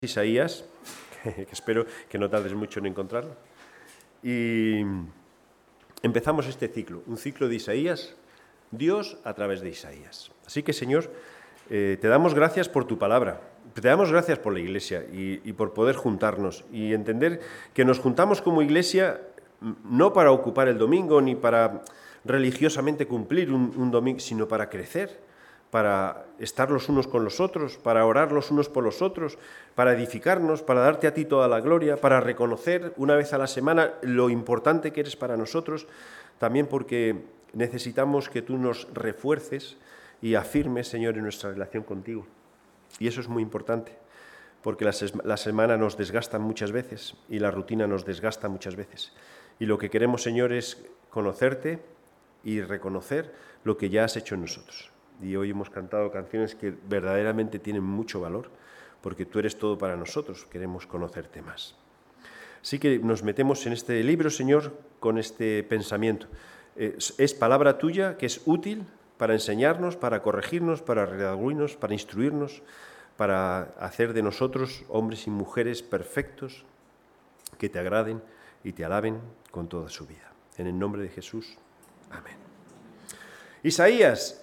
Isaías, que espero que no tardes mucho en encontrarlo. Y empezamos este ciclo, un ciclo de Isaías, Dios a través de Isaías. Así que, Señor, te damos gracias por tu palabra, te damos gracias por la Iglesia y por poder juntarnos y entender que nos juntamos como Iglesia no para ocupar el domingo ni para religiosamente cumplir un domingo, sino para crecer, para estar los unos con los otros, para orar los unos por los otros, para edificarnos, para darte a ti toda la gloria, para reconocer una vez a la semana lo importante que eres para nosotros, también porque necesitamos que tú nos refuerces y afirmes, Señor, en nuestra relación contigo. Y eso es muy importante, porque la semana nos desgasta muchas veces y la rutina nos desgasta muchas veces. Y lo que queremos, Señor, es conocerte y reconocer lo que ya has hecho en nosotros. Y hoy hemos cantado canciones que verdaderamente tienen mucho valor, porque tú eres todo para nosotros, queremos conocerte más. Así que nos metemos en este libro, Señor, con este pensamiento. Es palabra tuya que es útil para enseñarnos, para corregirnos, para redarguirnos, para instruirnos, para hacer de nosotros hombres y mujeres perfectos, que te agraden y te alaben con toda su vida. En el nombre de Jesús. Amén. Isaías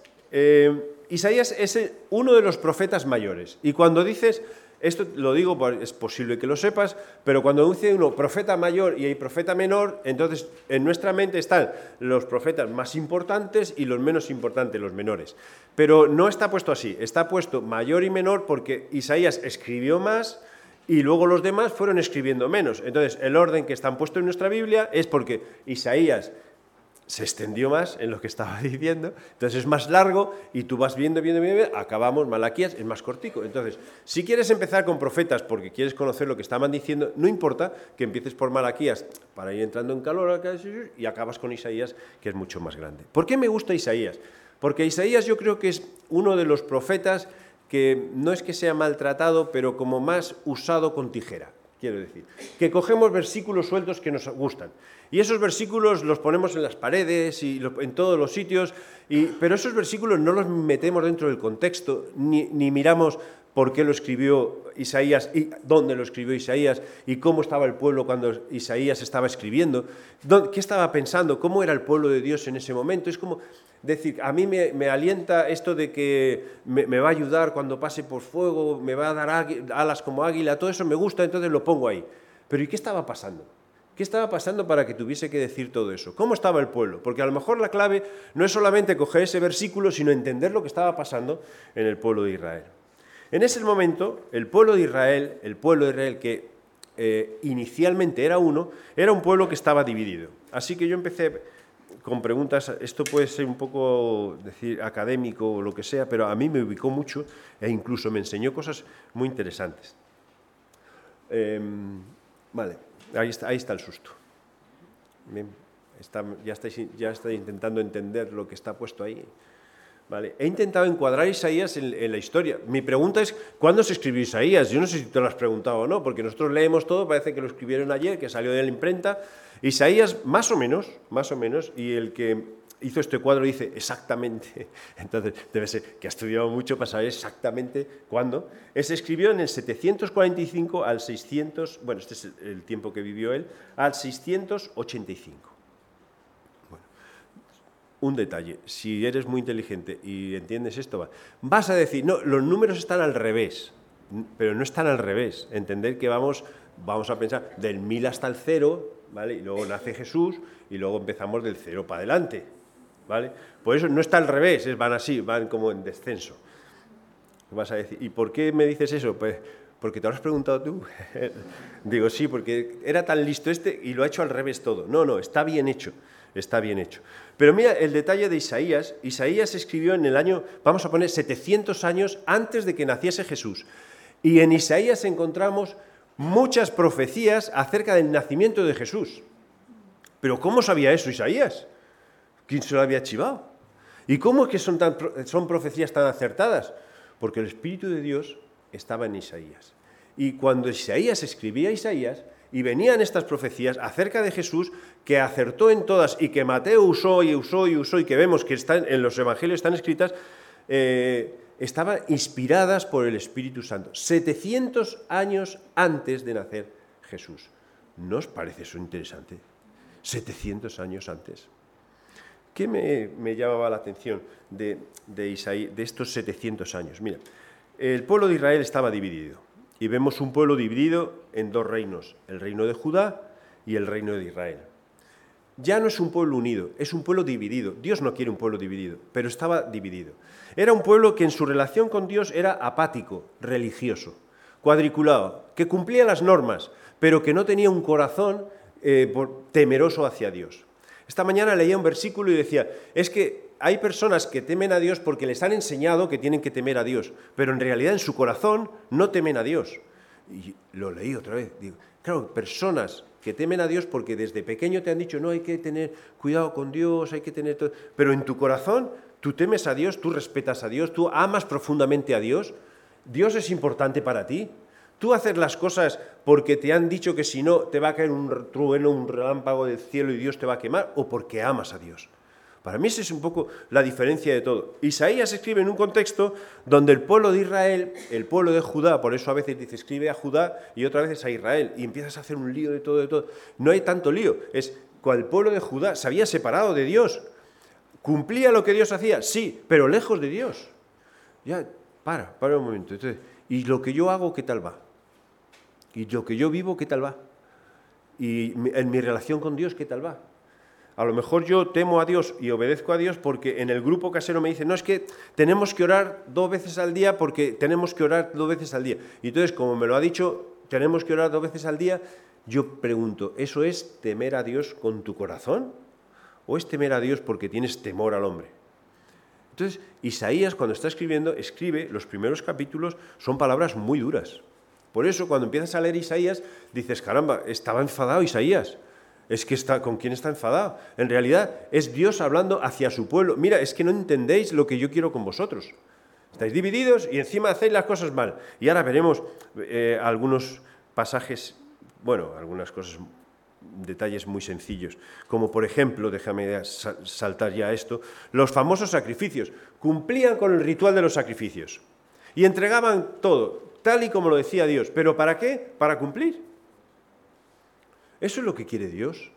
es uno de los profetas mayores. Y cuando dices, esto lo digo, es posible que lo sepas, pero cuando dice uno profeta mayor y hay profeta menor, entonces en nuestra mente están los profetas más importantes y los menos importantes, los menores. Pero no está puesto así, está puesto mayor y menor porque Isaías escribió más y luego los demás fueron escribiendo menos. Entonces el orden que están puestos en nuestra Biblia es porque Isaías se extendió más en lo que estaba diciendo, entonces es más largo y tú vas viendo, acabamos, Malaquías es más cortico. Entonces, si quieres empezar con profetas porque quieres conocer lo que estaban diciendo, no importa que empieces por Malaquías para ir entrando en calor y acabas con Isaías, que es mucho más grande. ¿Por qué me gusta Isaías? Porque Isaías yo creo que es uno de los profetas que no es que sea maltratado, pero como más usado con tijera. Quiero decir, que cogemos versículos sueltos que nos gustan. Y esos versículos los ponemos en las paredes y en todos los sitios, pero esos versículos no los metemos dentro del contexto, ni miramos por qué lo escribió Isaías y dónde lo escribió Isaías y cómo estaba el pueblo cuando Isaías estaba escribiendo, qué estaba pensando, cómo era el pueblo de Dios en ese momento. Es como decir, a mí me alienta esto de que me va a ayudar cuando pase por fuego, me va a dar alas como águila, todo eso me gusta, entonces lo pongo ahí. Pero ¿y qué estaba pasando? ¿Qué estaba pasando para que tuviese que decir todo eso? ¿Cómo estaba el pueblo? Porque a lo mejor la clave no es solamente coger ese versículo, sino entender lo que estaba pasando en el pueblo de Israel. En ese momento, el pueblo de Israel que inicialmente era un pueblo que estaba dividido. Así que yo empecé con preguntas, esto puede ser un poco académico o lo que sea, pero a mí me ubicó mucho e incluso me enseñó cosas muy interesantes. Vale, ahí está el susto. Bien, ya estáis intentando entender lo que está puesto ahí. Vale. He intentado encuadrar Isaías en la historia. Mi pregunta es, ¿cuándo se escribió Isaías? Yo no sé si te lo has preguntado o no, porque nosotros leemos todo, parece que lo escribieron ayer, que salió de la imprenta. Isaías, más o menos, y el que hizo este cuadro dice exactamente, entonces debe ser que ha estudiado mucho para saber exactamente cuándo. Se escribió en el 745 al 600, bueno, este es el tiempo que vivió él, al 685. Un detalle, si eres muy inteligente y entiendes esto, vas a decir, no, los números están al revés, pero no están al revés. Entender que vamos a pensar del 1000 hasta el 0, ¿vale? Y luego nace Jesús y luego empezamos del 0 para adelante, ¿vale? Por eso no está al revés, van así, van como en descenso. Vas a decir, ¿y por qué me dices eso? Pues porque te lo has preguntado tú. Digo, sí, porque era tan listo y lo ha hecho al revés todo. No, está bien hecho. Está bien hecho. Pero mira el detalle de Isaías. Isaías escribió en el año, vamos a poner 700 años antes de que naciese Jesús. Y en Isaías encontramos muchas profecías acerca del nacimiento de Jesús. Pero ¿cómo sabía eso Isaías? ¿Quién se lo había chivado? ¿Y cómo es que son profecías tan acertadas? Porque el Espíritu de Dios estaba en Isaías. Y cuando Isaías escribía Isaías, y venían estas profecías acerca de Jesús, que acertó en todas y que Mateo usó y que vemos que están en los evangelios están escritas, estaban inspiradas por el Espíritu Santo, 700 años antes de nacer Jesús. ¿No os parece eso interesante? 700 años antes. ¿Qué me llamaba la atención de estos 700 años? Mira, el pueblo de Israel estaba dividido, y vemos un pueblo dividido en dos reinos, el reino de Judá y el reino de Israel. Ya no es un pueblo unido, es un pueblo dividido. Dios no quiere un pueblo dividido, pero estaba dividido. Era un pueblo que en su relación con Dios era apático, religioso, cuadriculado, que cumplía las normas, pero que no tenía un corazón temeroso hacia Dios. Esta mañana leía un versículo y decía, es que hay personas que temen a Dios porque les han enseñado que tienen que temer a Dios, pero en realidad en su corazón no temen a Dios. Y lo leí otra vez, digo, claro, personas que temen a Dios porque desde pequeño te han dicho, no, hay que tener cuidado con Dios, hay que tener todo, pero en tu corazón tú temes a Dios, tú respetas a Dios, tú amas profundamente a Dios, Dios es importante para ti. Tú haces las cosas porque te han dicho que si no te va a caer un trueno, un relámpago del cielo y Dios te va a quemar, o porque amas a Dios. Para mí esa es un poco la diferencia de todo. Isaías escribe en un contexto donde el pueblo de Israel, el pueblo de Judá, por eso a veces dice escribe a Judá y otras veces a Israel, y empiezas a hacer un lío de todo, de todo. No hay tanto lío, es cuando el pueblo de Judá se había separado de Dios. ¿Cumplía lo que Dios hacía? Sí, pero lejos de Dios. Ya, para un momento. Entonces, ¿y lo que yo hago qué tal va? ¿Y lo que yo vivo qué tal va? ¿Y en mi relación con Dios qué tal va? A lo mejor yo temo a Dios y obedezco a Dios porque en el grupo casero me dicen, no, es que tenemos que orar 2 veces al día porque tenemos que orar 2 veces al día. Y entonces, como me lo ha dicho, tenemos que orar 2 veces al día, yo pregunto, ¿eso es temer a Dios con tu corazón? ¿O es temer a Dios porque tienes temor al hombre? Entonces, Isaías, cuando está escribiendo, escribe, los primeros capítulos son palabras muy duras. Por eso, cuando empiezas a leer Isaías, dices, caramba, estaba enfadado Isaías. Es que ¿con quién está enfadado? En realidad, es Dios hablando hacia su pueblo. Mira, es que no entendéis lo que yo quiero con vosotros. Estáis divididos y encima hacéis las cosas mal. Y ahora veremos algunos pasajes, bueno, algunas cosas, detalles muy sencillos, como por ejemplo, déjame saltar ya esto, los famosos sacrificios. Cumplían con el ritual de los sacrificios y entregaban todo, tal y como lo decía Dios. ¿Pero para qué? Para cumplir. ¿Eso es lo que quiere Dios?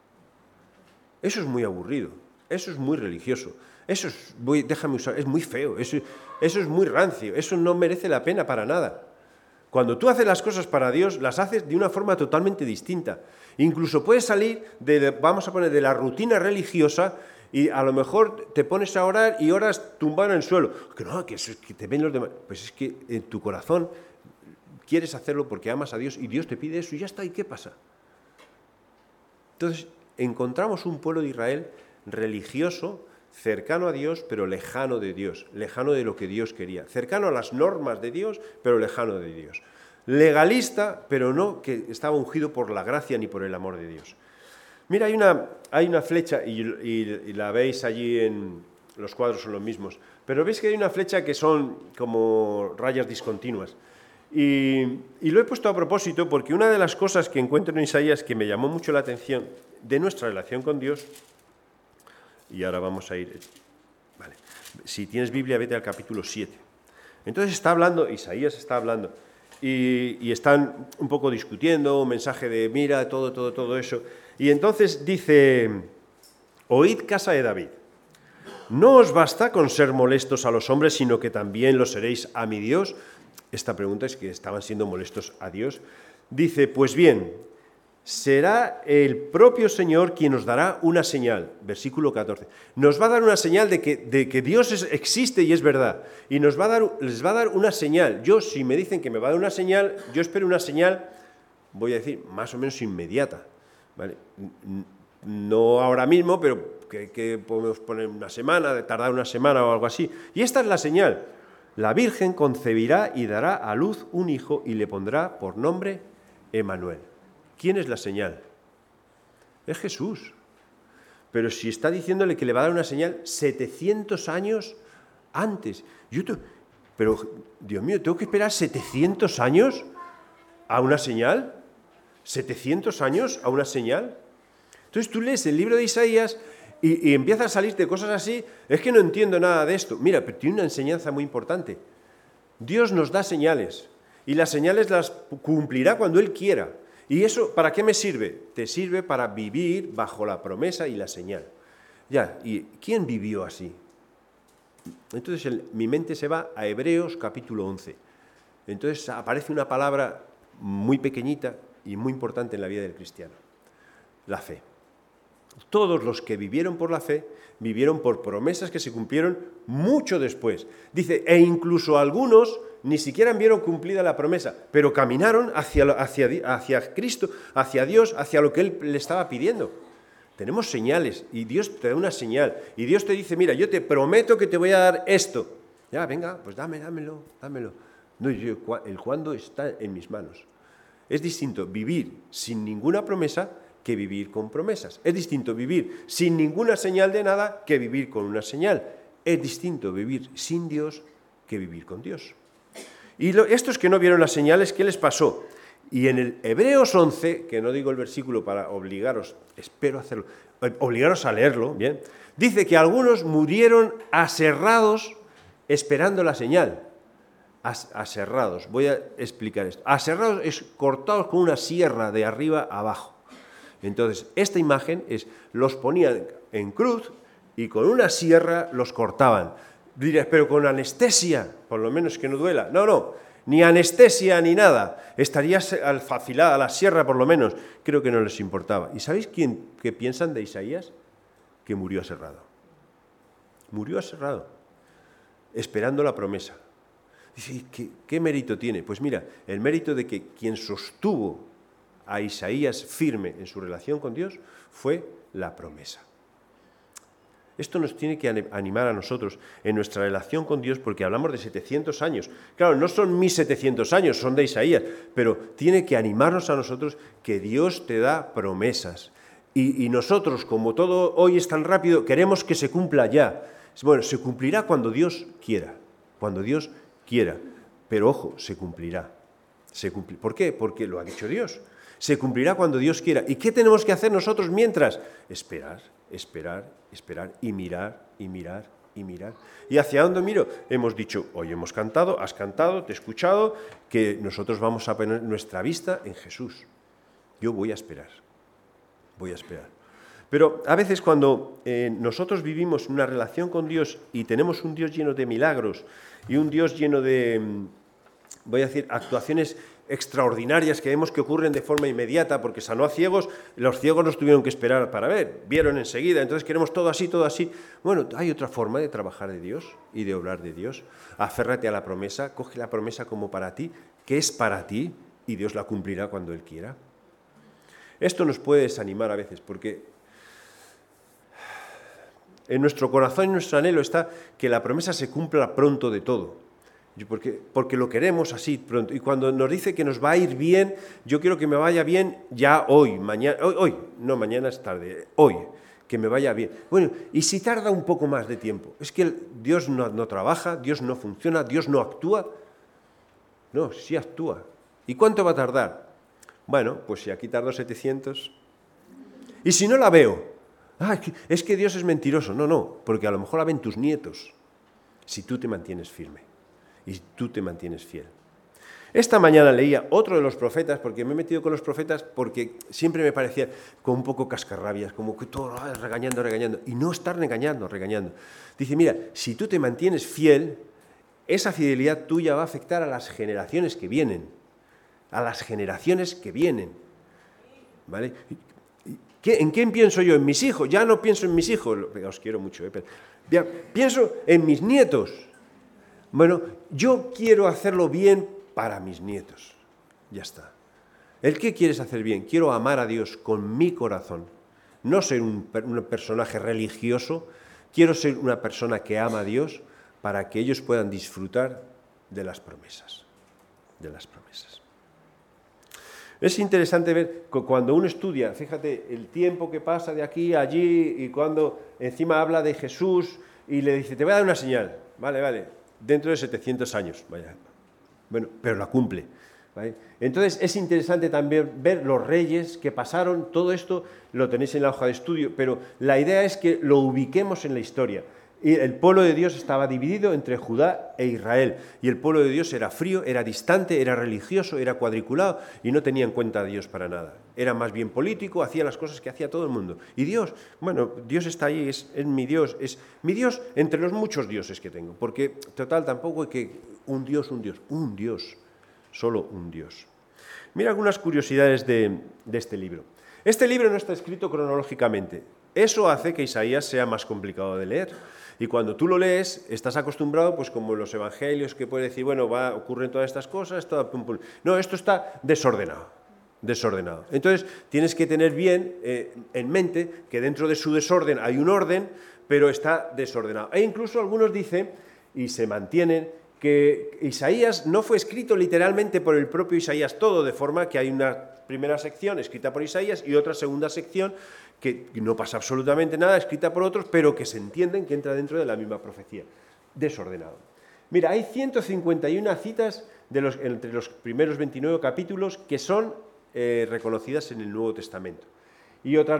Eso es muy aburrido, eso es muy religioso, eso es, es muy feo, eso es muy rancio, eso no merece la pena para nada. Cuando tú haces las cosas para Dios, las haces de una forma totalmente distinta. Incluso puedes salir de la rutina religiosa y a lo mejor te pones a orar y oras tumbado en el suelo. Que no, que te ven los demás. Pues es que en tu corazón quieres hacerlo porque amas a Dios y Dios te pide eso y ya está, ¿y qué pasa? Entonces, encontramos un pueblo de Israel religioso, cercano a Dios, pero lejano de Dios, lejano de lo que Dios quería, cercano a las normas de Dios, pero lejano de Dios. Legalista, pero no que estaba ungido por la gracia ni por el amor de Dios. Mira, hay una flecha, y la veis allí en los cuadros son los mismos, pero veis que hay una flecha que son como rayas discontinuas. Y lo he puesto a propósito porque una de las cosas que encuentro en Isaías que me llamó mucho la atención de nuestra relación con Dios, y ahora vamos a ir, vale, si tienes Biblia vete al capítulo 7. Entonces Isaías está hablando, y están un poco discutiendo, un mensaje de mira, todo eso, y entonces dice, oíd casa de David, no os basta con ser molestos a los hombres, sino que también lo seréis a mi Dios. Esta pregunta es que estaban siendo molestos a Dios. Dice, pues bien, será el propio Señor quien nos dará una señal. Versículo 14. Nos va a dar una señal de que Dios existe y es verdad. Y les va a dar una señal. Yo, si me dicen que me va a dar una señal, yo espero una señal, voy a decir, más o menos inmediata. ¿Vale? No ahora mismo, pero que podemos poner una semana, tardar una semana o algo así. Y esta es la señal. La Virgen concebirá y dará a luz un hijo y le pondrá por nombre Emmanuel. ¿Quién es la señal? Es Jesús. Pero si está diciéndole que le va a dar una señal 700 años antes. Pero, Dios mío, ¿tengo que esperar 700 años a una señal? ¿700 años a una señal? Entonces tú lees el libro de Isaías y empieza a salirte cosas así, es que no entiendo nada de esto. Mira, pero tiene una enseñanza muy importante. Dios nos da señales y las señales las cumplirá cuando Él quiera. ¿Y eso para qué me sirve? Te sirve para vivir bajo la promesa y la señal. Ya, ¿y quién vivió así? Entonces mi mente se va a Hebreos capítulo 11. Entonces aparece una palabra muy pequeñita y muy importante en la vida del cristiano. La fe. Todos los que vivieron por la fe, vivieron por promesas que se cumplieron mucho después. Dice, e incluso algunos ni siquiera vieron cumplida la promesa, pero caminaron hacia Cristo, hacia Dios, hacia lo que Él le estaba pidiendo. Tenemos señales y Dios te da una señal. Y Dios te dice, mira, yo te prometo que te voy a dar esto. Ya, venga, pues dámelo. No, el cuándo está en mis manos. Es distinto vivir sin ninguna promesa que vivir con promesas. Es distinto vivir sin ninguna señal de nada que vivir con una señal. Es distinto vivir sin Dios que vivir con Dios. Y estos que no vieron las señales, ¿qué les pasó? Y en el Hebreos 11, que no digo el versículo para obligaros, espero hacerlo, obligaros a leerlo, ¿bien? Dice que algunos murieron aserrados esperando la señal. Aserrados, voy a explicar esto. Aserrados es cortados con una sierra de arriba a abajo. Entonces, esta imagen es, los ponían en cruz y con una sierra los cortaban. Diréis, pero con anestesia, por lo menos que no duela. No, ni anestesia ni nada. Estaría afilada la sierra por lo menos. Creo que no les importaba. ¿Y sabéis qué piensan de Isaías? Que murió aserrado. Murió aserrado, esperando la promesa. Dice, ¿qué mérito tiene? Pues mira, el mérito de que quien sostuvo a Isaías firme en su relación con Dios fue la promesa. Esto nos tiene que animar a nosotros en nuestra relación con Dios porque hablamos de 700 años. Claro, no son 1700 años, son de Isaías, pero tiene que animarnos a nosotros que Dios te da promesas. Y nosotros, como todo hoy es tan rápido, queremos que se cumpla ya. Bueno, se cumplirá cuando Dios quiera, pero ojo, se cumplirá. ¿Por qué? Porque lo ha dicho Dios. Se cumplirá cuando Dios quiera. ¿Y qué tenemos que hacer nosotros mientras? Esperar y mirar. ¿Y hacia dónde miro? Hemos dicho, hoy hemos cantado, has cantado, te he escuchado, que nosotros vamos a poner nuestra vista en Jesús. Yo voy a esperar. Pero a veces cuando nosotros vivimos una relación con Dios y tenemos un Dios lleno de milagros y un Dios lleno de, actuaciones extraordinarias que vemos que ocurren de forma inmediata, porque sanó a ciegos, los ciegos nos tuvieron que esperar para ver, vieron enseguida, entonces queremos todo así. Bueno, hay otra forma de trabajar de Dios y de obrar de Dios. Aférrate a la promesa, coge la promesa como para ti, que es para ti, y Dios la cumplirá cuando Él quiera. Esto nos puede desanimar a veces, porque en nuestro corazón y nuestro anhelo está que la promesa se cumpla pronto de todo. Porque lo queremos así pronto. Y cuando nos dice que nos va a ir bien, yo quiero que me vaya bien ya hoy, mañana, no, mañana es tarde, hoy, que me vaya bien. Bueno, y si tarda un poco más de tiempo, es que Dios no trabaja, Dios no funciona, Dios no actúa. No, sí actúa. ¿Y cuánto va a tardar? Bueno, pues si aquí tardó 700. Y si no la veo, es que Dios es mentiroso. No, porque a lo mejor la ven tus nietos, si tú te mantienes firme. Y tú te mantienes fiel. Esta mañana leía otro de los profetas, porque me he metido con los profetas porque siempre me parecía como un poco cascarrabias, como que todo regañando, y no estar regañando. Dice, mira, si tú te mantienes fiel, esa fidelidad tuya va a afectar a las generaciones que vienen. ¿Vale? ¿En quién pienso yo? En mis hijos. Ya no pienso en mis hijos, os quiero mucho, pero ya, pienso en mis nietos. Bueno, yo quiero hacerlo bien para mis nietos. Ya está. ¿El qué quieres hacer bien? Quiero amar a Dios con mi corazón. No ser un personaje religioso. Quiero ser una persona que ama a Dios para que ellos puedan disfrutar de las promesas. Es interesante ver que cuando uno estudia, fíjate, el tiempo que pasa de aquí a allí y cuando encima habla de Jesús y le dice, te voy a dar una señal. Vale. Dentro de 700 años, vaya. Bueno, pero la cumple. ¿vale? Entonces es interesante también ver los reyes que pasaron, todo esto lo tenéis en la hoja de estudio, pero la idea es que lo ubiquemos en la historia. Y el pueblo de Dios estaba dividido entre Judá e Israel, y el pueblo de Dios era frío, era distante, era religioso, era cuadriculado, y no tenía en cuenta a Dios para nada. Era más bien político, hacía las cosas que hacía todo el mundo. Y Dios, bueno, Dios está ahí, es mi Dios entre los muchos dioses que tengo, porque total tampoco hay que un Dios, solo un Dios. Mira algunas curiosidades de este libro. Este libro no está escrito cronológicamente. Eso hace que Isaías sea más complicado de leer. Y cuando tú lo lees, estás acostumbrado, pues como los evangelios, que puedes decir, bueno, ocurren todas estas cosas, todo, pum, pum. No, esto está desordenado. Entonces, tienes que tener bien en mente que dentro de su desorden hay un orden, pero está desordenado. E incluso algunos dicen, y se mantienen, que Isaías no fue escrito literalmente por el propio Isaías todo, de forma que hay una primera sección escrita por Isaías y otra segunda sección que no pasa absolutamente nada, escrita por otros, pero que se entienden que entra dentro de la misma profecía. Desordenado. Mira, hay 151 citas entre los primeros 29 capítulos que son reconocidas en el Nuevo Testamento y otras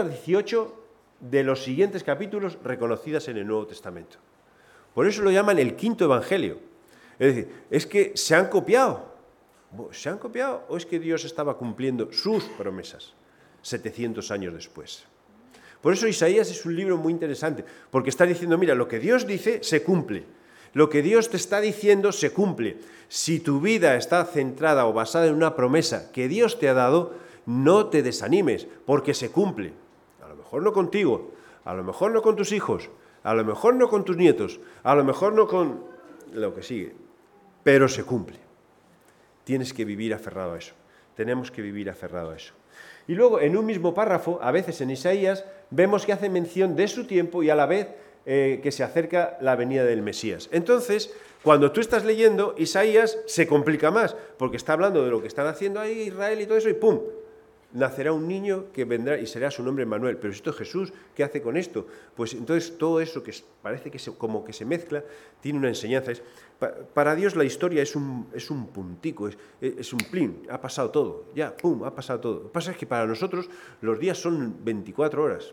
218 de los siguientes capítulos reconocidas en el Nuevo Testamento. Por eso lo llaman el quinto evangelio. Es decir, es que se han copiado. ¿Se han copiado o es que Dios estaba cumpliendo sus promesas 700 años después? Por eso Isaías es un libro muy interesante, porque está diciendo, mira, lo que Dios dice se cumple. Lo que Dios te está diciendo se cumple. Si tu vida está centrada o basada en una promesa que Dios te ha dado, no te desanimes, porque se cumple. A lo mejor no contigo, a lo mejor no con tus hijos, a lo mejor no con tus nietos, a lo mejor no con lo que sigue, pero se cumple. Tienes que vivir aferrado a eso. Tenemos que vivir aferrado a eso. Y luego, en un mismo párrafo, a veces en Isaías, vemos que hace mención de su tiempo y a la vez que se acerca la venida del Mesías. Entonces, cuando tú estás leyendo, Isaías se complica más, porque está hablando de lo que están haciendo ahí Israel y todo eso, y ¡pum!, nacerá un niño que vendrá y será su nombre Emmanuel. Pero esto es Jesús, ¿qué hace con esto? Pues entonces todo eso que parece que como que se mezcla, tiene una enseñanza. Para Dios la historia es un puntico, es un plin, ha pasado todo, ya, pum, ha pasado todo. Lo que pasa es que para nosotros los días son 24 horas.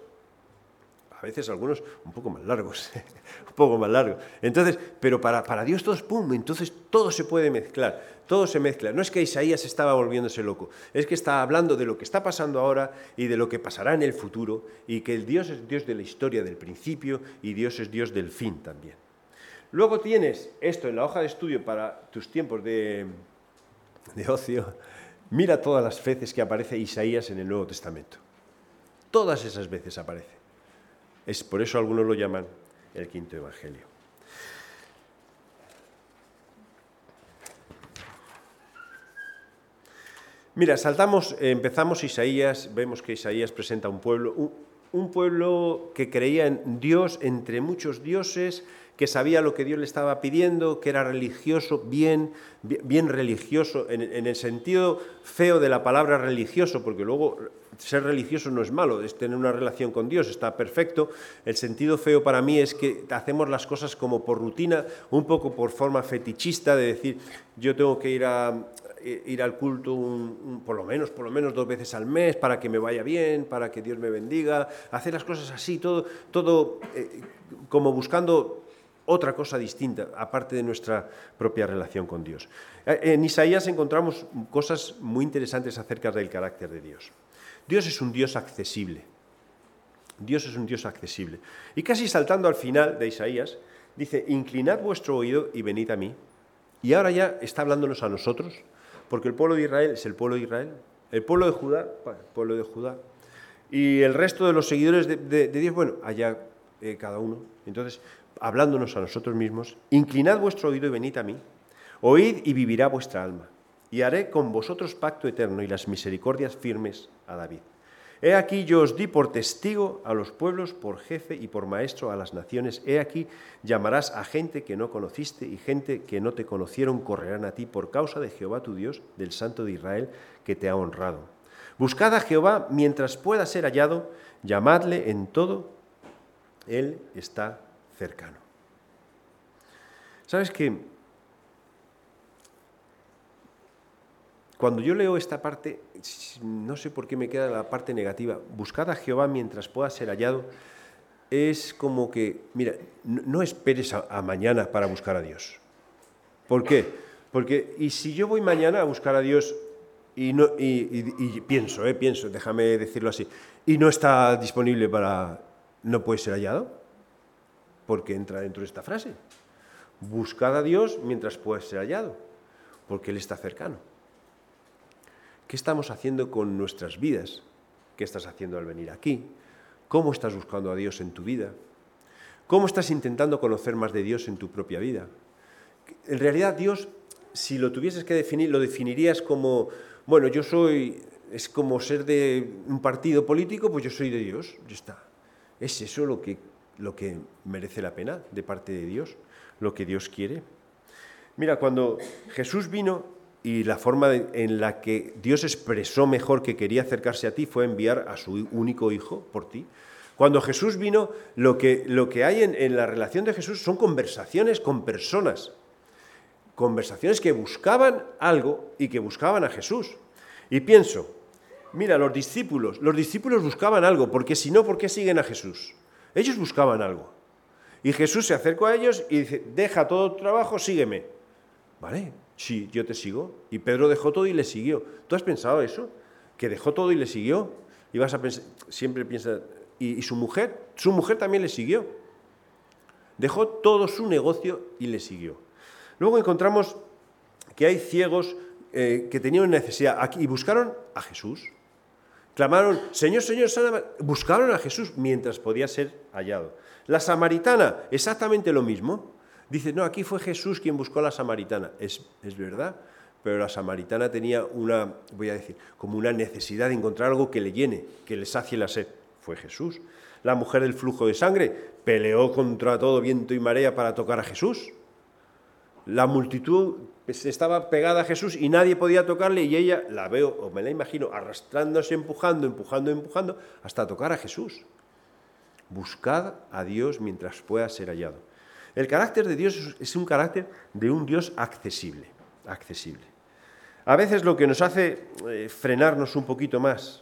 A veces algunos un poco más largos, un poco más largos. Entonces, pero para Dios todo es pum, entonces todo se puede mezclar, todo se mezcla. No es que Isaías estaba volviéndose loco, es que está hablando de lo que está pasando ahora y de lo que pasará en el futuro, y que el Dios es Dios de la historia del principio y Dios es Dios del fin también. Luego tienes esto en la hoja de estudio para tus tiempos de ocio. Mira todas las veces que aparece Isaías en el Nuevo Testamento. Todas esas veces aparece. Es por eso algunos lo llaman el quinto evangelio. Mira, empezamos Isaías, vemos que Isaías presenta un pueblo que creía en Dios entre muchos dioses, que sabía lo que Dios le estaba pidiendo, que era religioso, bien religioso, en el sentido feo de la palabra religioso, porque luego ser religioso no es malo, es tener una relación con Dios, está perfecto. El sentido feo para mí es que hacemos las cosas como por rutina, un poco por forma fetichista, de decir, yo tengo que ir al culto por lo menos 2 veces al mes para que me vaya bien, para que Dios me bendiga, hacer las cosas así, todo como buscando otra cosa distinta, aparte de nuestra propia relación con Dios. En Isaías encontramos cosas muy interesantes acerca del carácter de Dios. Dios es un Dios accesible. Dios es un Dios accesible. Y casi saltando al final de Isaías, dice, inclinad vuestro oído y venid a mí. Y ahora ya está hablándonos a nosotros, porque el pueblo de Israel es el pueblo de Israel, el pueblo de Judá, el pueblo de Judá, y el resto de los seguidores de Dios, bueno, allá cada uno. Entonces, hablándonos a nosotros mismos, inclinad vuestro oído y venid a mí, oíd y vivirá vuestra alma, y haré con vosotros pacto eterno y las misericordias firmes a David. He aquí yo os di por testigo a los pueblos, por jefe y por maestro a las naciones. He aquí llamarás a gente que no conociste y gente que no te conocieron correrán a ti por causa de Jehová tu Dios, del Santo de Israel, que te ha honrado. Buscad a Jehová mientras pueda ser hallado, llamadle en todo, Él está cercano. ¿Sabes qué? cuando yo leo esta parte, no sé por qué me queda la parte negativa. Buscad a Jehová mientras pueda ser hallado. Es como que, mira, no esperes a mañana para buscar a Dios. ¿Por qué? Porque, y si yo voy mañana a buscar a Dios y pienso, déjame decirlo así, y no está disponible no puede ser hallado, porque entra dentro de esta frase. Buscad a Dios mientras pueda ser hallado, porque Él está cercano. ¿Qué estamos haciendo con nuestras vidas? ¿Qué estás haciendo al venir aquí? ¿Cómo estás buscando a Dios en tu vida? ¿Cómo estás intentando conocer más de Dios en tu propia vida? En realidad, Dios, si lo tuvieses que definir, lo definirías como, bueno, es como ser de un partido político, pues yo soy de Dios, ya está. ¿Es eso lo que merece la pena de parte de Dios? ¿Lo que Dios quiere? Mira, cuando Jesús vino y la forma en la que Dios expresó mejor que quería acercarse a ti fue enviar a su único Hijo por ti. Cuando Jesús vino, lo que hay en la relación de Jesús son conversaciones con personas. Conversaciones que buscaban algo y que buscaban a Jesús. Y pienso, mira, los discípulos buscaban algo, porque si no, ¿por qué siguen a Jesús? Ellos buscaban algo. Y Jesús se acercó a ellos y dice, deja todo tu trabajo, sígueme. ¿Vale? Sí, yo te sigo. Y Pedro dejó todo y le siguió. ¿Tú has pensado eso? ¿Que dejó todo y le siguió? Y vas a pensar, siempre piensa, ¿y su mujer? Su mujer también le siguió. Dejó todo su negocio y le siguió. Luego encontramos que hay ciegos que tenían necesidad y buscaron a Jesús. Clamaron, Señor, Señor, sáname. Buscaron a Jesús mientras podía ser hallado. La samaritana, exactamente lo mismo. Dice, no, aquí fue Jesús quien buscó a la samaritana. Es verdad, pero la samaritana tenía como una necesidad de encontrar algo que le llene, que le sacie la sed. Fue Jesús. La mujer del flujo de sangre peleó contra todo viento y marea para tocar a Jesús. La multitud estaba pegada a Jesús y nadie podía tocarle y ella, la veo, o me la imagino, arrastrándose, empujando, hasta tocar a Jesús. Buscad a Dios mientras pueda ser hallado. El carácter de Dios es un carácter de un Dios accesible. A veces lo que nos hace frenarnos un poquito más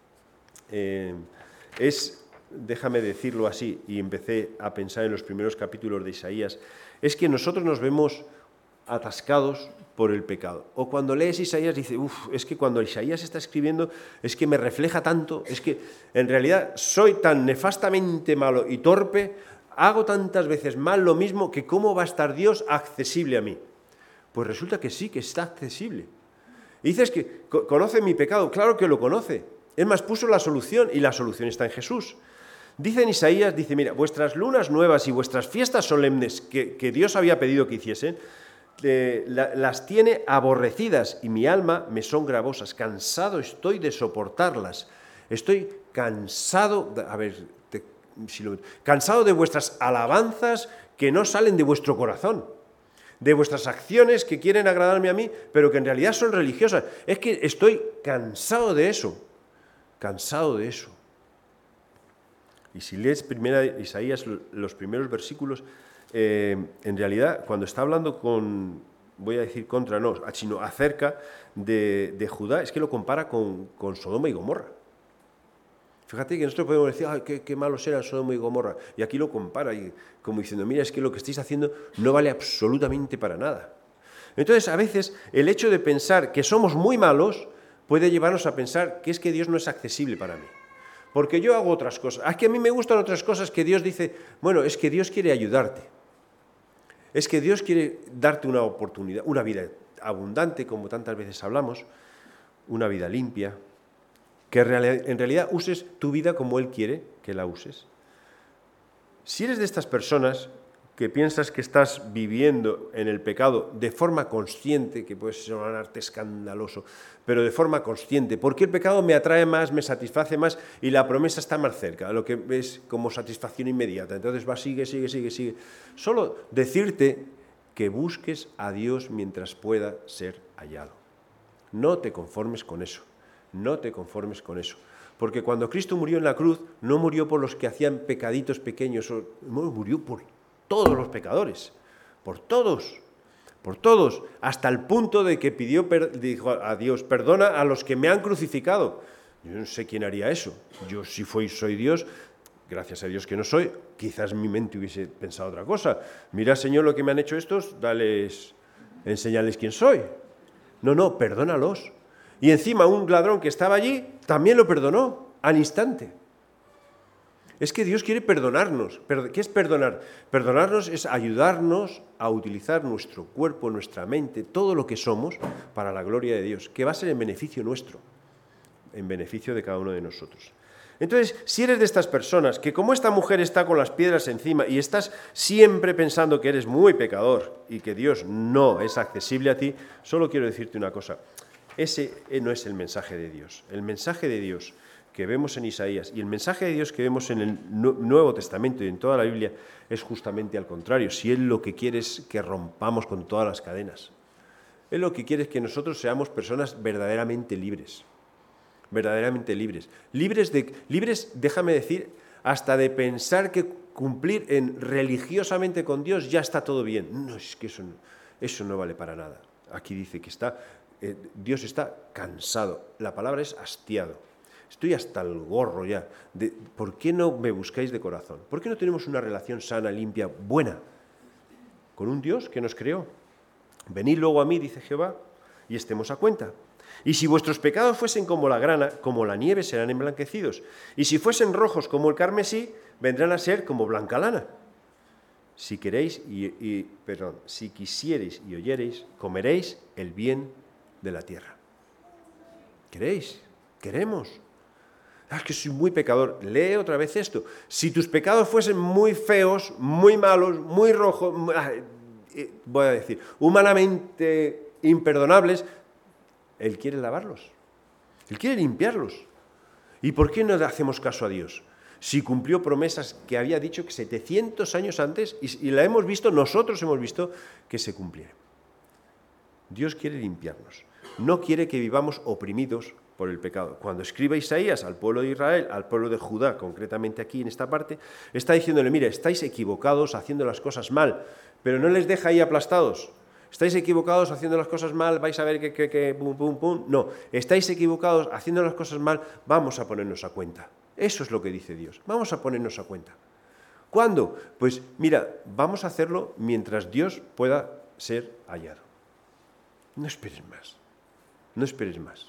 es, déjame decirlo así, y empecé a pensar en los primeros capítulos de Isaías, es que nosotros nos vemos atascados por el pecado. O cuando lees Isaías dices, es que cuando Isaías está escribiendo es que me refleja tanto, es que en realidad soy tan nefastamente malo y torpe, hago tantas veces mal lo mismo, que ¿cómo va a estar Dios accesible a mí? Pues resulta que sí, que está accesible. Y dices que conoce mi pecado, claro que lo conoce. Es más, puso la solución y la solución está en Jesús. Dice en Isaías, mira, vuestras lunas nuevas y vuestras fiestas solemnes que Dios había pedido que hiciesen, las tiene aborrecidas y mi alma me son gravosas. Cansado estoy de soportarlas. Estoy cansado, cansado de vuestras alabanzas que no salen de vuestro corazón, de vuestras acciones que quieren agradarme a mí, pero que en realidad son religiosas. Es que estoy cansado de eso. Y si lees primera Isaías, los primeros versículos, en realidad, cuando está hablando sino acerca de Judá, es que lo compara con Sodoma y Gomorra. Fíjate que nosotros podemos decir, qué malos eran Sodoma y Gomorra, y aquí lo compara, como diciendo, mira, es que lo que estáis haciendo no vale absolutamente para nada. Entonces, a veces, el hecho de pensar que somos muy malos puede llevarnos a pensar que es que Dios no es accesible para mí. Porque yo hago otras cosas. Es que a mí me gustan otras cosas que Dios dice, bueno, es que Dios quiere ayudarte. Es que Dios quiere darte una oportunidad, una vida abundante, como tantas veces hablamos, una vida limpia, que en realidad uses tu vida como Él quiere que la uses. Si eres de estas personas que piensas que estás viviendo en el pecado de forma consciente, que puede sonarte escandaloso, pero de forma consciente, porque el pecado me atrae más, me satisface más y la promesa está más cerca, lo que es como satisfacción inmediata. Entonces sigue. Solo decirte que busques a Dios mientras pueda ser hallado. No te conformes con eso. Porque cuando Cristo murió en la cruz, no murió por los que hacían pecaditos pequeños, murió por todos los pecadores, por todos, por todos, hasta el punto de que dijo a Dios, perdona a los que me han crucificado. Yo no sé quién haría eso. Yo si soy Dios, gracias a Dios que no soy, quizás mi mente hubiese pensado otra cosa. Mira, Señor, lo que me han hecho estos, enséñales quién soy. No, perdónalos. Y encima un ladrón que estaba allí también lo perdonó al instante. Es que Dios quiere perdonarnos. ¿Qué es perdonar? Perdonarnos es ayudarnos a utilizar nuestro cuerpo, nuestra mente, todo lo que somos para la gloria de Dios, que va a ser en beneficio nuestro, en beneficio de cada uno de nosotros. Entonces, si eres de estas personas que como esta mujer está con las piedras encima y estás siempre pensando que eres muy pecador y que Dios no es accesible a ti, solo quiero decirte una cosa. Ese no es el mensaje de Dios. El mensaje de Dios que vemos en Isaías y el mensaje de Dios que vemos en el Nuevo Testamento y en toda la Biblia es justamente al contrario. Si Él lo que quiere es que rompamos con todas las cadenas. Él lo que quiere es que nosotros seamos personas verdaderamente libres. Verdaderamente libres. Libres, déjame decir, hasta de pensar que cumplir religiosamente con Dios ya está todo bien. No, es que eso no vale para nada. Aquí dice que Dios está cansado. La palabra es hastiado. Estoy hasta el gorro ya. ¿Por qué no me buscáis de corazón? ¿Por qué no tenemos una relación sana, limpia, buena con un Dios que nos creó? Venid luego a mí, dice Jehová, y estemos a cuenta. Y si vuestros pecados fuesen como la grana, como la nieve serán emblanquecidos. Y si fuesen rojos como el carmesí, vendrán a ser como blanca lana. Si queréis si quisiereis y oyereis, comeréis el bien de la tierra. ¿Queréis? Queremos. Es que soy muy pecador. Lee otra vez esto. Si tus pecados fuesen muy feos, muy malos, muy rojos, voy a decir, humanamente imperdonables, Él quiere lavarlos. Él quiere limpiarlos. ¿Y por qué no le hacemos caso a Dios? Si cumplió promesas que había dicho que 700 años antes, y la hemos visto, nosotros hemos visto que se cumplieron. Dios quiere limpiarnos. No quiere que vivamos oprimidos por el pecado. Cuando escribe Isaías al pueblo de Israel, al pueblo de Judá, concretamente aquí en esta parte, está diciéndole, mira, estáis equivocados haciendo las cosas mal, pero no les deja ahí aplastados. Estáis equivocados haciendo las cosas mal, vais a ver que pum, pum, pum. No, estáis equivocados haciendo las cosas mal, vamos a ponernos a cuenta. Eso es lo que dice Dios, vamos a ponernos a cuenta. ¿Cuándo? Pues mira, vamos a hacerlo mientras Dios pueda ser hallado. No esperes más, no esperes más.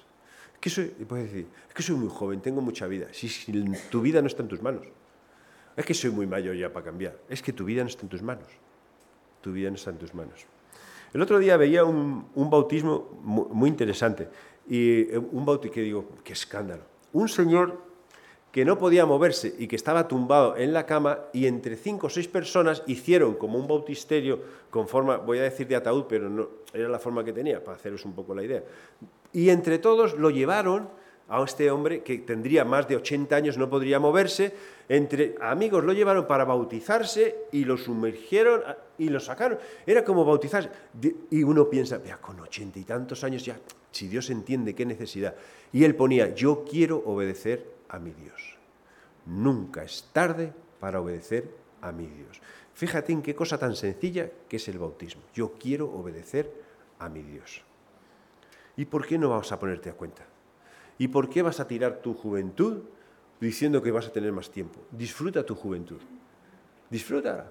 Es que soy muy joven, tengo mucha vida. Si tu vida no está en tus manos. Es que soy muy mayor ya para cambiar. Es que tu vida no está en tus manos. Tu vida no está en tus manos. El otro día veía un bautismo muy interesante. Y un bautismo que digo, qué escándalo. Un señor que no podía moverse y que estaba tumbado en la cama y entre 5 o 6 personas hicieron como un bautisterio con forma, voy a decir de ataúd, pero no era la forma que tenía, para haceros un poco la idea. Y entre todos lo llevaron a este hombre que tendría más de 80 años, no podría moverse, entre amigos lo llevaron para bautizarse y lo sumergieron y lo sacaron. Era como bautizarse. Y uno piensa, vea, con 80 y tantos años ya, si Dios entiende qué necesidad. Y él ponía, yo quiero obedecer a mi Dios. Nunca es tarde para obedecer a mi Dios. Fíjate en qué cosa tan sencilla que es el bautismo. Yo quiero obedecer a mi Dios. ¿Y por qué no vas a ponerte a cuenta? ¿Y por qué vas a tirar tu juventud diciendo que vas a tener más tiempo? Disfruta tu juventud. Disfrútala.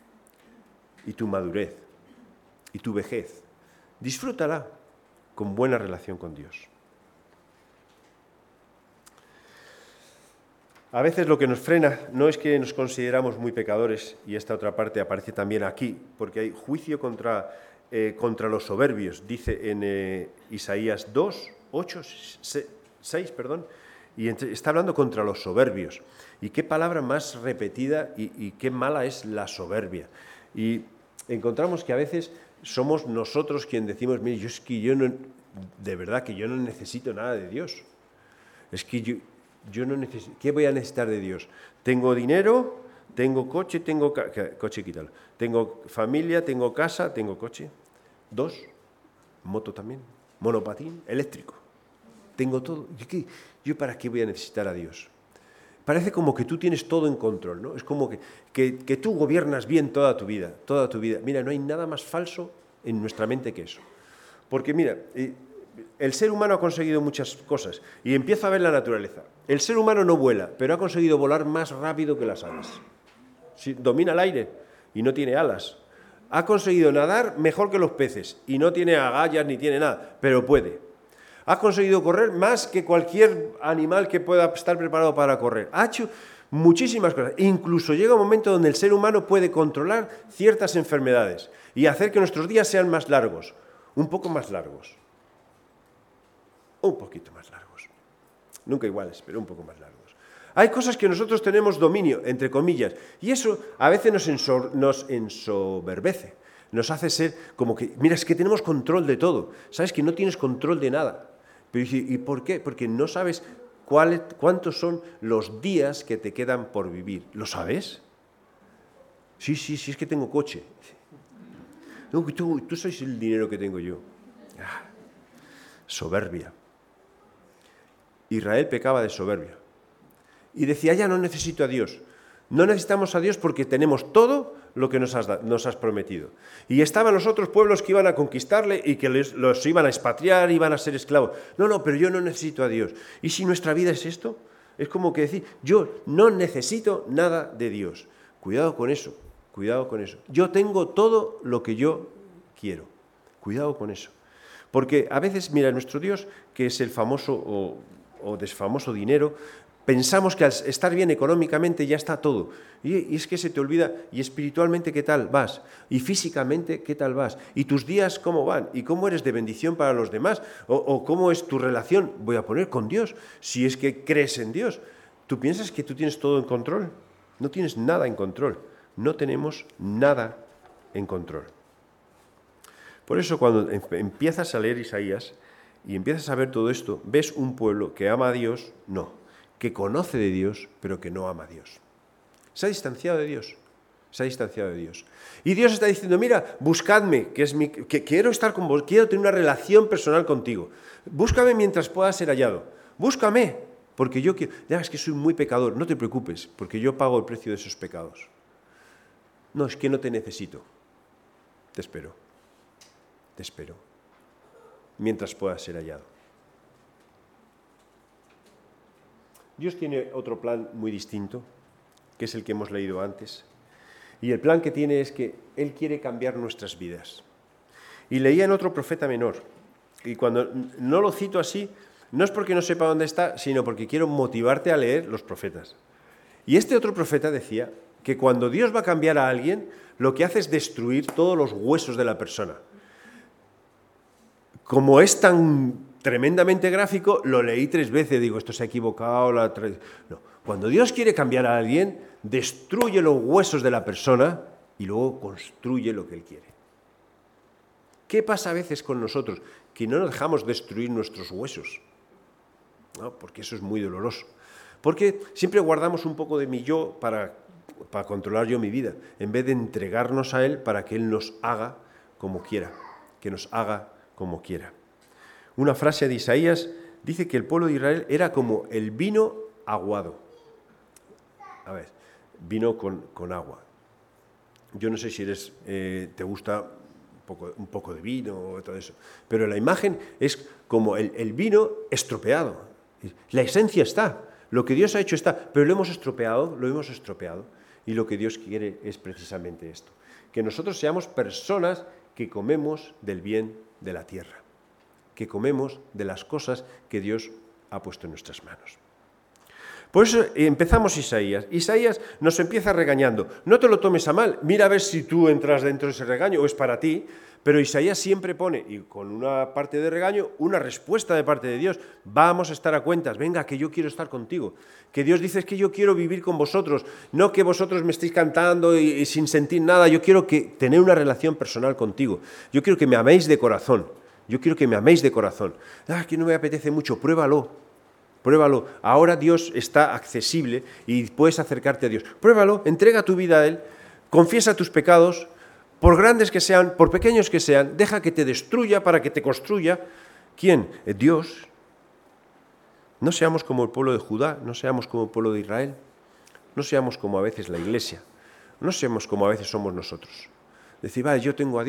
Y tu madurez. Y tu vejez. Disfrútala con buena relación con Dios. A veces lo que nos frena no es que nos consideramos muy pecadores, y esta otra parte aparece también aquí, porque hay juicio contra los soberbios, dice en Isaías 2, 8, 6, y está hablando contra los soberbios. Y qué palabra más repetida y qué mala es la soberbia. Y encontramos que a veces somos nosotros quien decimos, mire, de verdad que yo no necesito nada de Dios. Es que yo no necesito, ¿qué voy a necesitar de Dios? Tengo dinero, tengo coche, coche quítalo. Tengo familia, tengo casa, tengo coche. 2, moto también, monopatín, eléctrico. Tengo todo. ¿Yo para qué voy a necesitar a Dios? Parece como que tú tienes todo en control, ¿no? Es como que tú gobiernas bien toda tu vida. Mira, no hay nada más falso en nuestra mente que eso. Porque mira, el ser humano ha conseguido muchas cosas y empieza a ver la naturaleza. El ser humano no vuela, pero ha conseguido volar más rápido que las aves. Sí, domina el aire y no tiene alas. Ha conseguido nadar mejor que los peces y no tiene agallas ni tiene nada, pero puede. Ha conseguido correr más que cualquier animal que pueda estar preparado para correr. Ha hecho muchísimas cosas. Incluso llega un momento donde el ser humano puede controlar ciertas enfermedades y hacer que nuestros días sean más largos, un poco más largos. Un poquito más largos. Nunca iguales, pero un poco más largos. Hay cosas que nosotros tenemos dominio, entre comillas, y eso a veces nos ensoberbece. Nos hace ser como que, mira, es que tenemos control de todo. Sabes que no tienes control de nada. Pero ¿y por qué? Porque no sabes cuántos son los días que te quedan por vivir. ¿Lo sabes? Sí, es que tengo coche. No, tú sabes el dinero que tengo yo. Soberbia. Israel pecaba de soberbia. Y decía, ya no necesito a Dios. No necesitamos a Dios porque tenemos todo lo que nos has prometido. Y estaban los otros pueblos que iban a conquistarle y que los iban a expatriar, iban a ser esclavos. No, pero yo no necesito a Dios. ¿Y si nuestra vida es esto? Es como que decir, yo no necesito nada de Dios. Cuidado con eso, cuidado con eso. Yo tengo todo lo que yo quiero. Cuidado con eso. Porque a veces, mira, nuestro Dios, que es el famoso o desfamoso dinero, pensamos que al estar bien económicamente ya está todo. Y es que se te olvida, y espiritualmente qué tal vas, y físicamente qué tal vas, y tus días cómo van, y cómo eres de bendición para los demás, o cómo es tu relación, voy a poner, con Dios, si es que crees en Dios. ¿Tú piensas que tú tienes todo en control? No tienes nada en control. No tenemos nada en control. Por eso cuando empiezas a leer Isaías y empiezas a ver todo esto, ves un pueblo que ama a Dios, no, que conoce de Dios, pero que no ama a Dios. Se ha distanciado de Dios. Se ha distanciado de Dios. Y Dios está diciendo, mira, buscadme, que quiero estar con vos, quiero tener una relación personal contigo. Búscame mientras pueda ser hallado. Búscame, porque yo quiero... Ya, es que soy muy pecador, no te preocupes, porque yo pago el precio de esos pecados. No, es que no te necesito. Te espero. Te espero. Mientras pueda ser hallado. Dios tiene otro plan muy distinto, que es el que hemos leído antes. Y el plan que tiene es que Él quiere cambiar nuestras vidas. Y leía en otro profeta menor. Y cuando no lo cito así, no es porque no sepa dónde está, sino porque quiero motivarte a leer los profetas. Y este otro profeta decía que cuando Dios va a cambiar a alguien, lo que hace es destruir todos los huesos de la persona. Como es tan tremendamente gráfico, lo leí 3 veces, digo, esto se ha equivocado. No. Cuando Dios quiere cambiar a alguien, destruye los huesos de la persona y luego construye lo que Él quiere. ¿Qué pasa a veces con nosotros? Que no nos dejamos destruir nuestros huesos, ¿no? Porque eso es muy doloroso. Porque siempre guardamos un poco de mi yo para controlar yo mi vida, en vez de entregarnos a Él para que Él nos haga como quiera, que nos haga como quiera. Una frase de Isaías dice que el pueblo de Israel era como el vino aguado. A ver, vino con agua. Yo no sé si te gusta un poco de vino o todo eso, pero la imagen es como el vino estropeado. La esencia está, lo que Dios ha hecho está, pero lo hemos estropeado. Y lo que Dios quiere es precisamente esto, que nosotros seamos personas que comemos del bien de la tierra, que comemos de las cosas que Dios ha puesto en nuestras manos. Por eso empezamos Isaías. Isaías nos empieza regañando. No te lo tomes a mal, mira a ver si tú entras dentro de ese regaño o es para ti, pero Isaías siempre pone, y con una parte de regaño, una respuesta de parte de Dios. Vamos a estar a cuentas, venga, que yo quiero estar contigo. Que Dios dice, es que yo quiero vivir con vosotros, no que vosotros me estéis cantando y sin sentir nada. Yo quiero tener una relación personal contigo. Yo quiero que me améis de corazón. Que no me apetece mucho, pruébalo. Ahora Dios está accesible y puedes acercarte a Dios. Pruébalo, entrega tu vida a Él, confiesa tus pecados, por grandes que sean, por pequeños que sean, deja que te destruya para que te construya. ¿Quién? Dios. No seamos como el pueblo de Judá, no seamos como el pueblo de Israel, no seamos como a veces la Iglesia, no seamos como a veces somos nosotros. Decir, vale, yo tengo a Dios,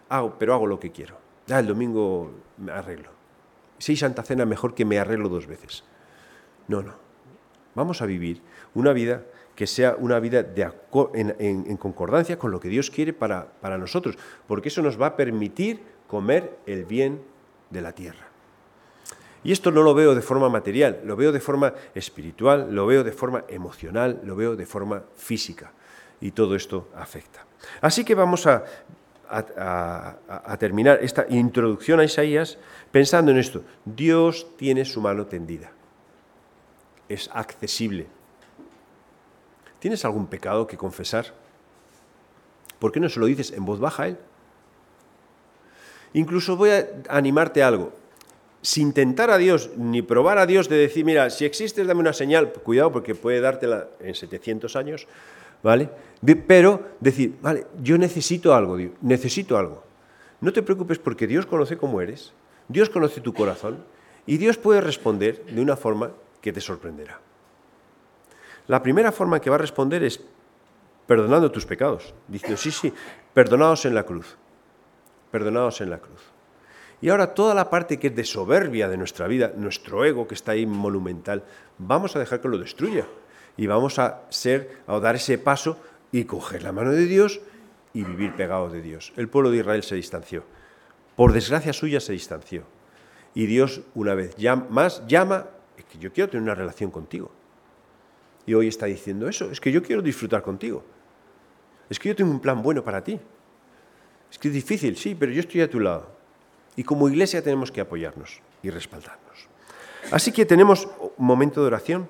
pero hago lo que quiero. Ya el domingo me arreglo. Si hay Santa Cena, mejor que me arreglo 2 veces. No. Vamos a vivir una vida que sea una vida en concordancia con lo que Dios quiere para nosotros, porque eso nos va a permitir comer el bien de la tierra. Y esto no lo veo de forma material, lo veo de forma espiritual, lo veo de forma emocional, lo veo de forma física. Y todo esto afecta. Así que vamos a terminar esta introducción a Isaías pensando en esto. Dios tiene su mano tendida. Es accesible. ¿Tienes algún pecado que confesar? ¿Por qué no se lo dices en voz baja a Él? Incluso voy a animarte a algo. Sin tentar a Dios, ni probar a Dios de decir, mira, si existes, dame una señal. Cuidado, porque puede dártela en 700 años, ¿vale? Pero decir, vale, yo necesito algo, Dios, necesito algo. No te preocupes porque Dios conoce cómo eres, Dios conoce tu corazón y Dios puede responder de una forma que te sorprenderá. La primera forma que va a responder es perdonando tus pecados, diciendo, sí, perdonados en la cruz, perdonados en la cruz. Y ahora toda la parte que es de soberbia de nuestra vida, nuestro ego que está ahí monumental, vamos a dejar que lo destruya y vamos a dar ese paso y coger la mano de Dios y vivir pegados de Dios. El pueblo de Israel se distanció, por desgracia suya se distanció. Y Dios una vez más llama, es que yo quiero tener una relación contigo. Y hoy está diciendo eso, es que yo quiero disfrutar contigo. Es que yo tengo un plan bueno para ti. Es que es difícil, sí, pero yo estoy a tu lado. Y como iglesia tenemos que apoyarnos y respaldarnos. Así que tenemos un momento de oración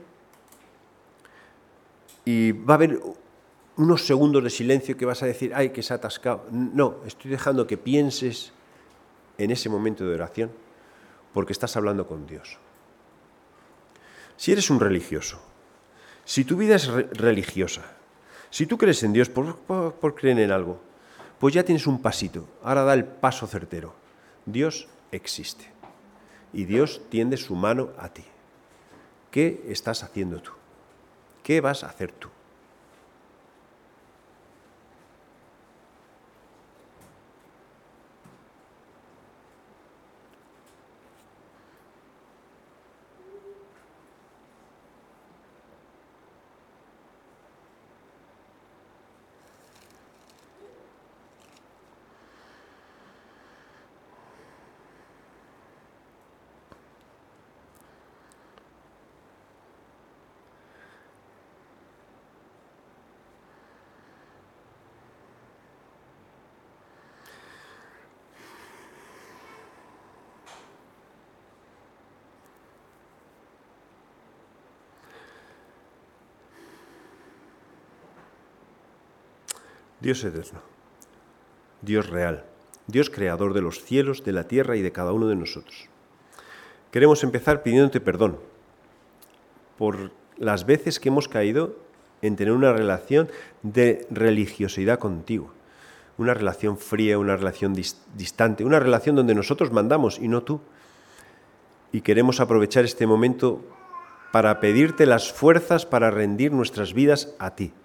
y va a haber unos segundos de silencio que vas a decir, ay, que se ha atascado. No, estoy dejando que pienses en ese momento de oración porque estás hablando con Dios. Si eres un religioso, si tu vida es religiosa, si tú crees en Dios por creer en algo, pues ya tienes un pasito. Ahora da el paso certero. Dios existe y Dios tiende su mano a ti. ¿Qué estás haciendo tú? ¿Qué vas a hacer tú? Dios eterno, Dios real, Dios creador de los cielos, de la tierra y de cada uno de nosotros. Queremos empezar pidiéndote perdón por las veces que hemos caído en tener una relación de religiosidad contigo, una relación fría, una relación distante, una relación donde nosotros mandamos y no tú. Y queremos aprovechar este momento para pedirte las fuerzas para rendir nuestras vidas a ti.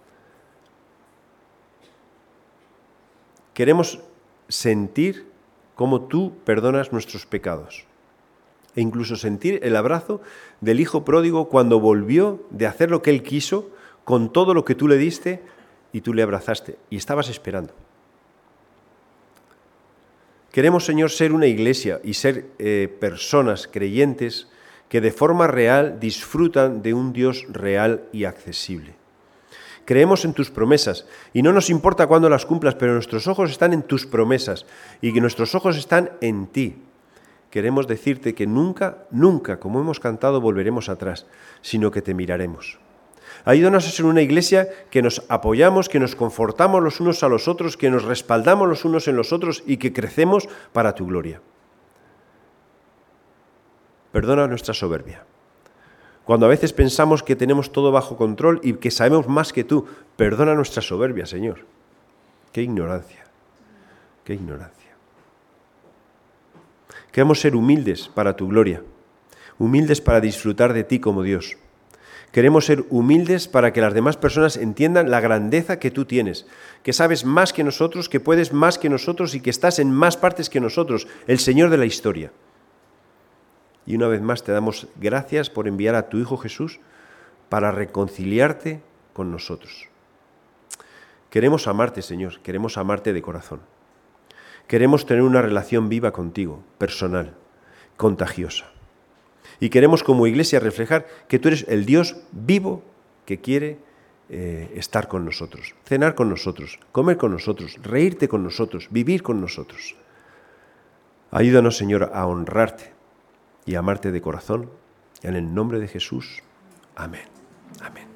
Queremos sentir cómo tú perdonas nuestros pecados e incluso sentir el abrazo del hijo pródigo cuando volvió de hacer lo que él quiso con todo lo que tú le diste y tú le abrazaste y estabas esperando. Queremos, Señor, ser una iglesia y ser personas creyentes que de forma real disfrutan de un Dios real y accesible. Creemos en tus promesas y no nos importa cuándo las cumplas, pero nuestros ojos están en tus promesas y que nuestros ojos están en ti. Queremos decirte que nunca, nunca, como hemos cantado, volveremos atrás, sino que te miraremos. Ayúdanos a ser una iglesia que nos apoyamos, que nos confortamos los unos a los otros, que nos respaldamos los unos en los otros y que crecemos para tu gloria. Perdona nuestra soberbia. Cuando a veces pensamos que tenemos todo bajo control y que sabemos más que tú, perdona nuestra soberbia, Señor. ¡Qué ignorancia! ¡Qué ignorancia! Queremos ser humildes para tu gloria, humildes para disfrutar de ti como Dios. Queremos ser humildes para que las demás personas entiendan la grandeza que tú tienes, que sabes más que nosotros, que puedes más que nosotros y que estás en más partes que nosotros, el Señor de la historia. Y una vez más te damos gracias por enviar a tu Hijo Jesús para reconciliarte con nosotros. Queremos amarte, Señor, queremos amarte de corazón. Queremos tener una relación viva contigo, personal, contagiosa. Y queremos como iglesia reflejar que tú eres el Dios vivo que quiere estar con nosotros, cenar con nosotros, comer con nosotros, reírte con nosotros, vivir con nosotros. Ayúdanos, Señor, a honrarte y a amarte de corazón. En el nombre de Jesús. Amén. Amén.